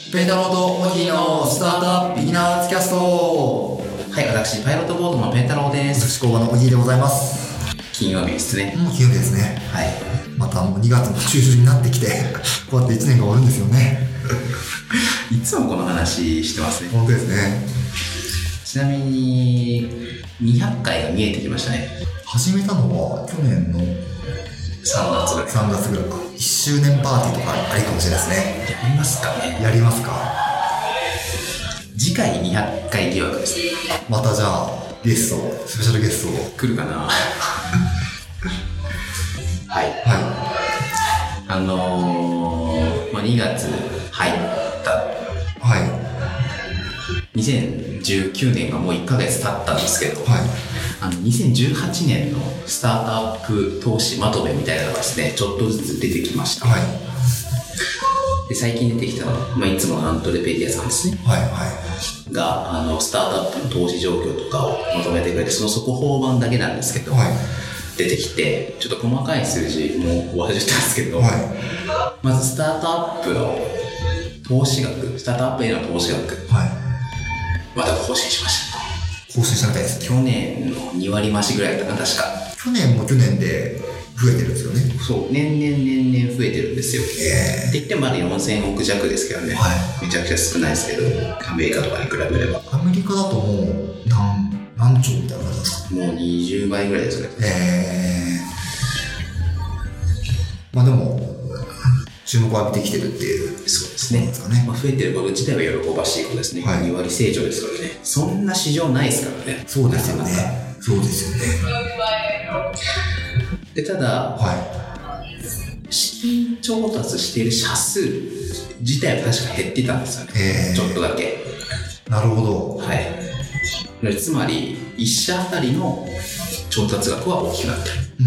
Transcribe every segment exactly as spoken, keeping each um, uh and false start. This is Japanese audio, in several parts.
ペンタローとオギーのスタートアップビギナーズキャスト。 はい、私パイロットボードのペンタローです。 私工場のオギーでございます。 金曜日ですね。 もう金曜日ですね。 はい。 またもうにがつの中旬になってきてこうやっていちねんが終わるんですよねいつもこの話してますね。 本当ですね。 ちなみににひゃっかいが見えてきましたね。 始めたのは去年のさんがつぐらい。 さんがつぐらいか。いっしゅうねんパーティーとかありかもしれないですね。 やりますかね。 やりますか。 次回にひゃっかい疑惑ですね。 またじゃあゲストスペシャルゲストを来るかなはい、 はい、 あのーまあ、にがつ入ったはいにせんじゅうきゅうねんがもういっかげつ経ったんですけど、 はい、あのにせんじゅうはちねんのスタートアップ投資まとめみたいなのがですね、ちょっとずつ出てきました。 はい、 で最近出てきたのは、まあ、いつものアントレペディアさんですね、 はいはい、 があのスタートアップの投資状況とかをまとめてくれて、その速報版だけなんですけど、はい、出てきて、ちょっと細かい数字もう忘れてたんですけど、はい、まずスタートアップの投資額、スタートアップへの投資額、はい、また更新しました。 更新したみたいですね。 去年のにわり増しぐらいだったかな、確か。 去年も去年で増えてるんですよね。 そう、年々年々増えてるんですよ。えー、って言ってもまだよんせんおく弱ですけどね、はい、めちゃくちゃ少ないですけど、アメリカとかに比べれば。 アメリカだともう何何兆みたいな感じですか。 もうにじゅうばいぐらいですね。 えー、まあでも注目を浴びてきてるっていう。 そうですね。 ですかね。 まあ、増えてること自体は喜ばしいことですね。はい、にわり成長ですからね。そんな市場ないですからね。 そうですよね。そうですよね。 で、ただ、 はい、 資金調達している社数自体は確か減ってたんですよね。えー、ちょっとだけ。 なるほど。 はい。つまり、いっ社あたりの調達額は大きくなってる。 うん。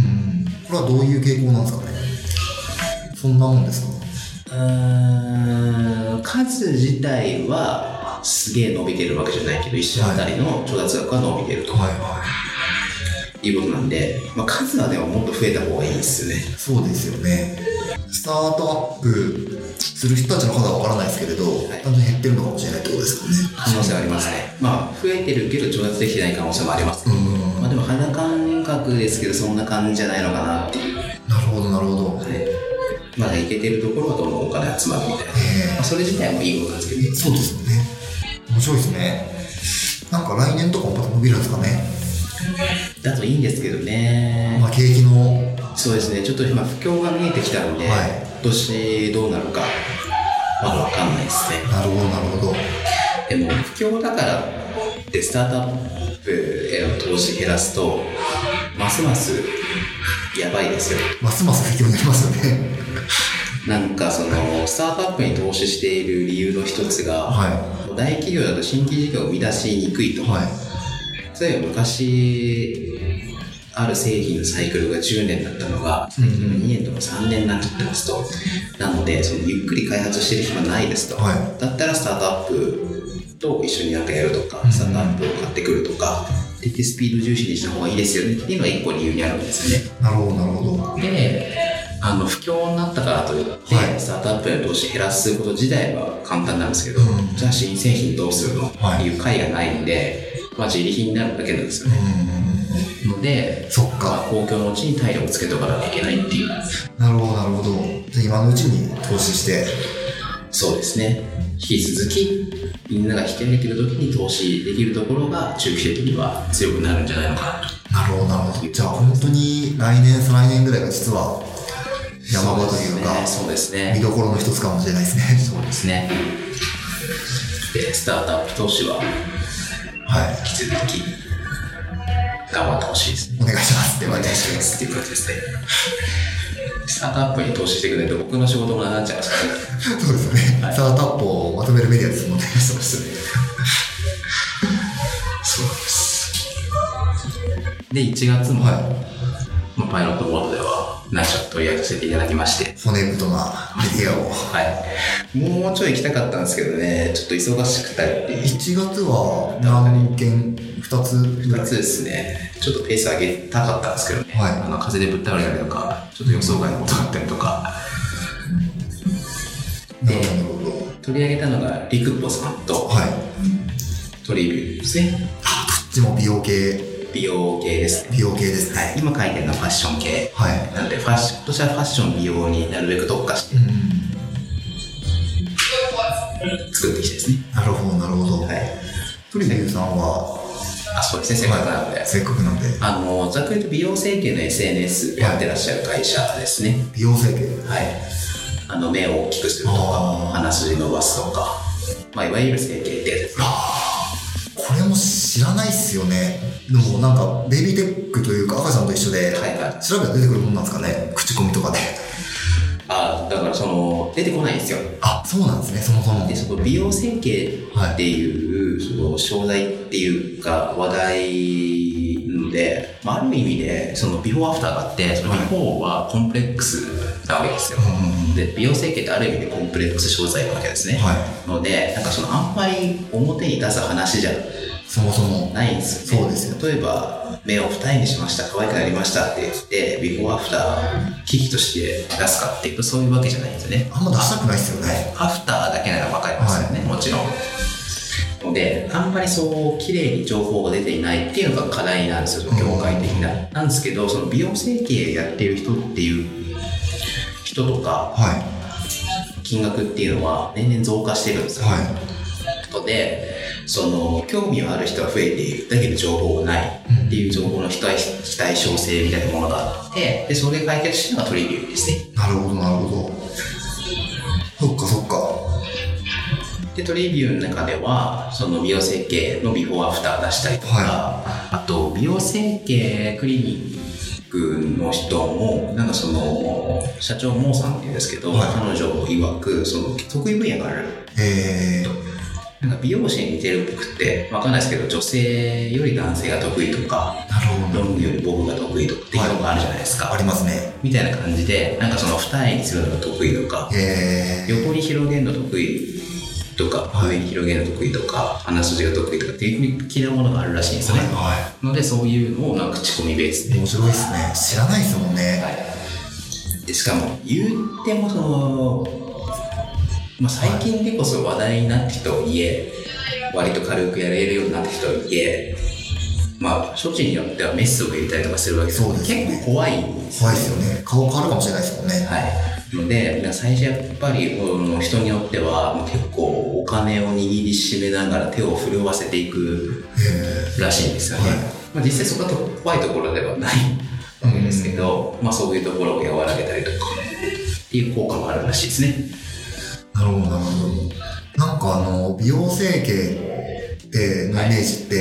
これはどういう傾向なんですかね。そんなもんですか。 うーん、数自体はすげえ伸びてるわけじゃないけど、いっ社あたりの調達額は伸びてると、はいはい、いうことなんで、まあ、数はでももっと増えた方がいいですよね。 そうですよね。スタートアップする人たちの数は分からないですけれど、はい、単純に減ってるのかもしれないってことですかね。 可能性はありますね。まあ増えてるけど調達できてない可能性もありますけど、うん、まあ、でも肌感覚ですけど、そんな感じじゃないのかなっていう。 なるほどなるほど。はい、 まだいけてるところはどんどんお金集まるみたいな、まあ、それ自体もいいことなんですけど。 そうですよね。面白いですね。なんか来年とかもまた伸びるんですかね。 だといいんですけどね。 まあ景気の。 そうですね。ちょっと今不況が見えてきたので、はい、今年どうなるかまだ分かんないですね。 なるほどなるほど。 でも不況だからってスタートアップへの投資減らすとますますやばいですよ。 ますます不況になりますよね。 なんかそのスタートアップに投資している理由の一つが、はい、大企業だと新規事業を生み出しにくいと、はい、例えば昔ある製品のサイクルがじゅうねんだったのが最近はにねんとかさんねんになっちゃってますと、なのでそのゆっくり開発してる暇ないですと、はい、だったらスタートアップと一緒になんかやるとか、スタートアップを買ってくるとかでスピード重視にした方がいいですよねっていうのが一個理由にあるんですよね。 なるほどなるほど。 で、あの不況になったからといって、はい、スタートアップへの投資減らすこと自体は簡単なんですけど、うん、じゃあ新製品どうするの、はい、っていう回がないんで、まあ、自利品になるだけなんですよね。うん、ので、 そっか、 まあ、公共のうちに体力つけておかなきゃいけないっていう。 なるほどなるほど。じゃあ今のうちに投資して。 そうですね。引き続きみんなが引き上げてる時に投資できるところが中期的には強くなるんじゃないのかなと。 なるほどなるほど。じゃあ本当に来年再来年ぐらいが実は山場というか、 そうですね、 見どころの一つかもしれないですね。 そうですね。でスタートアップ投資は、はい、引き続き頑張ってほしいですね。 お願いします。 お願いしますっていう感じですね。スタートアップに投資してくれると僕の仕事もなっちゃいますからね。 そうですよね、はい、スタートアップをまとめるメディアですもんね。 そうですね。そうです。でいちがつも、はい、まあ、パイロットボードでは何社か取り上げさせていただきまして、 骨太なメディアを、 はい、もうちょい行きたかったんですけどね、ちょっと忙しくて。 いちがつは何件？ふたつふたつですね。ちょっとペース上げたかったんですけどね、はい、あの風でぶっ倒れたりとか、ちょっと予想外のことがあったりとか、 うん、なるほど。 と取り上げたのがリクポさんと、はい、トリビューですね。 あ、どっちも美容系。 美容系ですね。 美容系ですね。 はい、今書いてるのはファッション系。 はい。 なので、ファッション、今年はファッション美容になるべく特化して、うん、作っていきたいですね。 なるほど、なるほど。はい。トリビューさんは、 あ、そうですね、せっかくなんで。 せっかくなんで。 あの、ざっくりと美容整形の エスエヌエス やってらっしゃる会社ですね。 美容整形？ はい。あの、目を大きくするとか、鼻筋伸ばすとか、まあ、いわゆる整形ってやつですね。 これも知らないっすよね。でもなんか、ベイビーテックというか赤ちゃんと一緒で、はいはい、調べたら出てくるもんなんですかね、口コミとかで。 あ、だからその、出てこないんですよ。 あ、そうなんですね、そもそも。 で、その美容整形っていう、はい、その、商材っていうか、話題ので、まあ、ある意味で、その、ビフォーアフターがあって、そのビフォーはコンプレックスなわけですよ。はい、で、美容整形ってある意味でコンプレックス商材なわけですね。はい、ので、なんかその、あんまり表に出す話じゃ、 そもそもないんですよね。そうですよ。例えば、目を二重にしました、可愛くなりましたって言って、ビフォーアフター、機器として出すかっていうと、そういうわけじゃないんですよね。 あんま出したくないですよね。 アフターだけなら分かりますよね、はい、もちろん。ので、あんまりそう、綺麗に情報が出ていないっていうのが課題なんですよ、業界的な。うん、なんですけど、その美容整形やってる人っていう人とか、はい、金額っていうのは年々増加してるんですよ。はい、ので、その興味はある人は増えているだけど情報がないっていう情報の非対称性みたいなものがあって、でそれを解決してるのがトリビューですね。 なるほどなるほど。そっかそっか。 でトリビューの中ではその美容整形のビフォーアフター出したりとか、はい、あと美容整形クリニックの人もなんかその社長モーさんっていうんですけど、はい、彼女曰くその得意分野がある。へー。なんか美容師に似てる僕って分かんないですけど女性より男性が得意とかロングより僕が得意とかっていうのがあるじゃないですか、はい、 ありますねみたいな感じでなんかその二重にするのが得意とか横に広げるの得意とか、はい、上に広げるの得意とか鼻筋が得意とかっていう的なものがあるらしいんですよね、はいはい、のでそういうのをなんか口コミベースで面白いですね。知らないですもんね、はい、 でしかも言ってもそのまあ、最近でこそ話題になった人を言え、割と軽くやれるようになった人を言え、まあ、処置によってはメスを入れたりとかするわけですけど、結構怖いんですよね。 怖いですよね。顔変わるかもしれないですもんね。 はい。ので、最初やっぱり人によっては結構お金を握りしめながら手を震わせていくらしいんですよね。はい、まあ、実際そこは怖いところではないわけですけど、まあ、そういうところを和らげたりとかっていう効果もあるらしいですね。 なるほどなるほど。なんかあの美容整形ってのイメージって、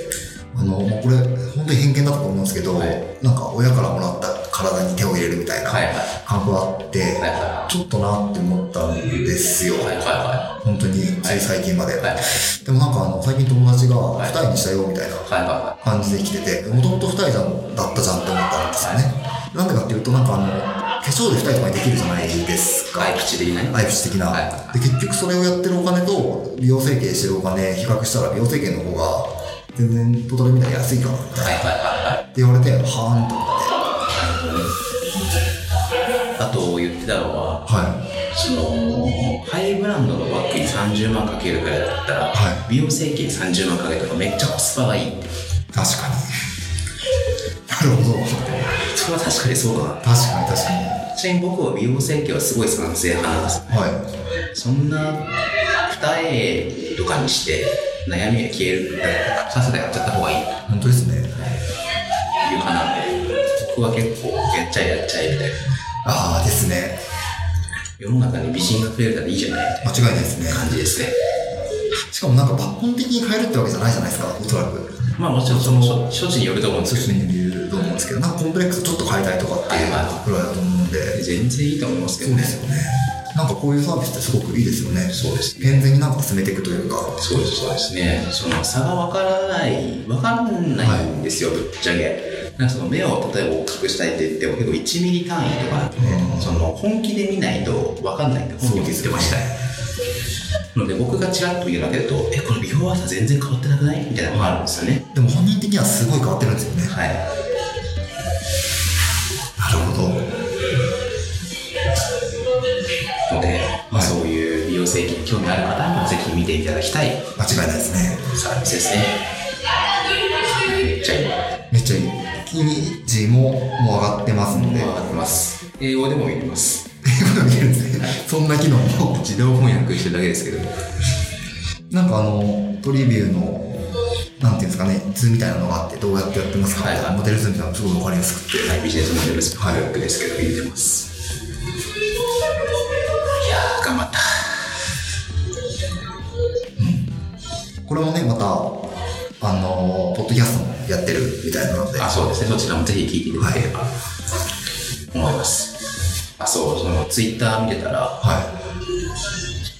はい、あのもうこれ本当に偏見だと思うんですけど、はい、なんか親からもらった体に手を入れるみたいな感覚があって、はいはい、ちょっとなって思ったんですよ、はいはいはい、本当につい最近まで、はいはい、でもなんかあの最近友達が二重にしたよみたいな感じで来てて、もともと二重だったじゃんって思ったんですよね、はい、なんでかっていうとなんかあの化粧で二重とかにできるじゃないですか。 アイプチ的なね。 アイプチ的な、はい、で結局それをやってるお金と美容整形してるお金比較したら美容整形の方が全然トータルみたいに安いかなみたいな、はいはいはいはい、って言われてはーんと思って、あと言ってたのは、はい、そのハイブランドのバッグにさんじゅうまんかけるぐらいだったら、はい、美容整形にさんじゅうまんかけたらめっちゃコスパがいいって。 確かになるほど。 それは確かにそうだな。 確かに確かに。 ちなみに僕は美容整形はすごい賛成派なんですよね、はい、そんな二重とかにして悩みが消えるんだったらさっさとやっちゃった方がいい。 本当ですね、はい、 いう派なんで僕は結構やっちゃえやっちゃえみたいな。 ああですね。 世の中に美人が増えるならいいじゃないみたいな間違いないですね感じですね。 しかもなんか抜本的に変えるってわけじゃないじゃないですか、おそらく。 まあもちろんその処置によると思うんですけどね。 処置によると思うんですけど、なんかコンプレックスちょっと変えたいとかっていうくらいだと思うので、 全然いいと思いますけどね。 そうですよね。なんかこういうサービスってすごくいいですよね。 そうですね。 健全になんか進めていくというか。 そうですそうですね。その差が分からない分からないんですよ、はい、ぶっちゃけ。なんかその目を例えば大きくしたいって言っても結構いちミリ単位とかなんで、うん、その本気で見ないと分かんないって本気で言ってましたね。ので僕がちらっと言うだけだと、え、このビフォーアフター全然変わってなくないみたいなのがあるんですよね。 でも本人的にはすごい変わってるんですよね。 はい。 なるほど。 ので、 はい、そういう美容整形に興味ある方はぜひ見ていただきたい間違いないですねサービスですね。めっちゃいいめっちゃいい。イメージももう上がってますので。 上がってます。英語でも見れます。 英語でも見れるんですね。そんな機能も自動翻訳してるだけですけど。 なんかあのトリビューのなんていうんですかね、図みたいなのがあってどうやってやってますか、はいはい、モデル図みたいなのすごい分かりやすくて、 はい、ビジネスモデル図ブロックですけど、はい、見てます。いやー頑張った、 うん、これもねまたあのポッドキャストもやってるみたいなので、 あ、そうですね、そちらもぜひ聞いていただければ、はい、思います。あ、そう、そのツイッター見てたら、はい、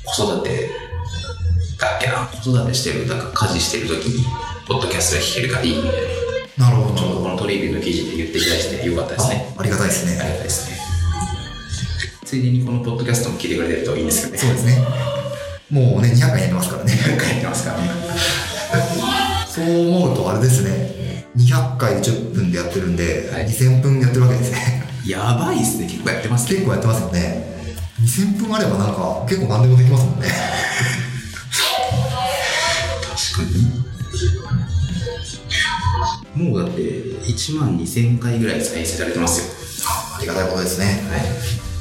子育てだっけな、子育てしてる、なんか家事してる時にポッドキャストが聞けるからいいみたいな。なるほど。 ちょうどこのトリビューの記事で言っていただいてよかったですね。 あ、ありがたいですね。 ありがたいですね。ついでにこのポッドキャストも聞いてくれてるといいんですよね。 そうですね。もうねにひゃっかいやってますからね。 にひゃっかいやってますからね。 そう思うとあれですね。にひゃっかいじゅっぷんでやってるんで、はい、にせんぷんやってるわけですね。 やばいですね。結構やってますね。 結構やってますよね。にせんぷんあればなんか結構何でもできますもんね。 確かに。もうだっていちまんにせんかいぐらい再生されてますよ。 あ、ありがたいことですね。 はい。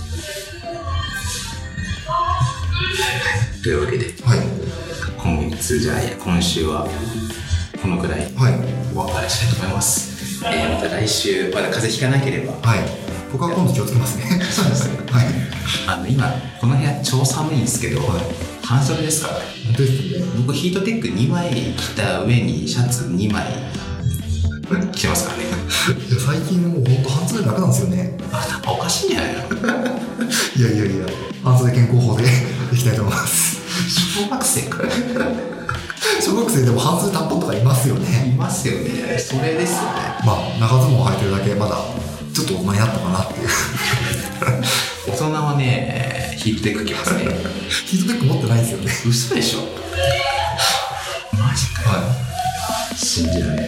というわけで、はい、今月じゃないや今週はこのくらいお別れしたいと思います。はい、えー、また来週まだ風邪ひかなければ。 はい。僕は今度気をつけますね。 そうですね。はい。あの今この部屋超寒いんですけど、はい、半袖ですからね。 本当ですね。 僕ヒートテックにまい着た上にシャツにまい着てますからね。 いや最近もう本当半袖楽なんですよね。 あ、おかしいんじゃないの？ いやいやいや、半袖健康法でいきたいと思います。 小学生か。 小学生でも半袖短パンとかいますよね。 いますよね。それですよね。 まあ長ズボン履いてるだけまだちょっと大人になったかなっていう。 大人はねヒートテック着ますね。 ヒートテック持ってないんですよね。 嘘でしょ。マジかよ。はい。信じられない。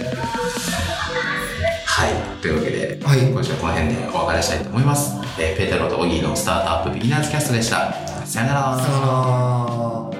はい、というわけで、はい、今週はこの辺でお別れしたいと思います。えー、ペータローとオギーのスタートアップビギナーズキャストでした。さよなら。 さよなら。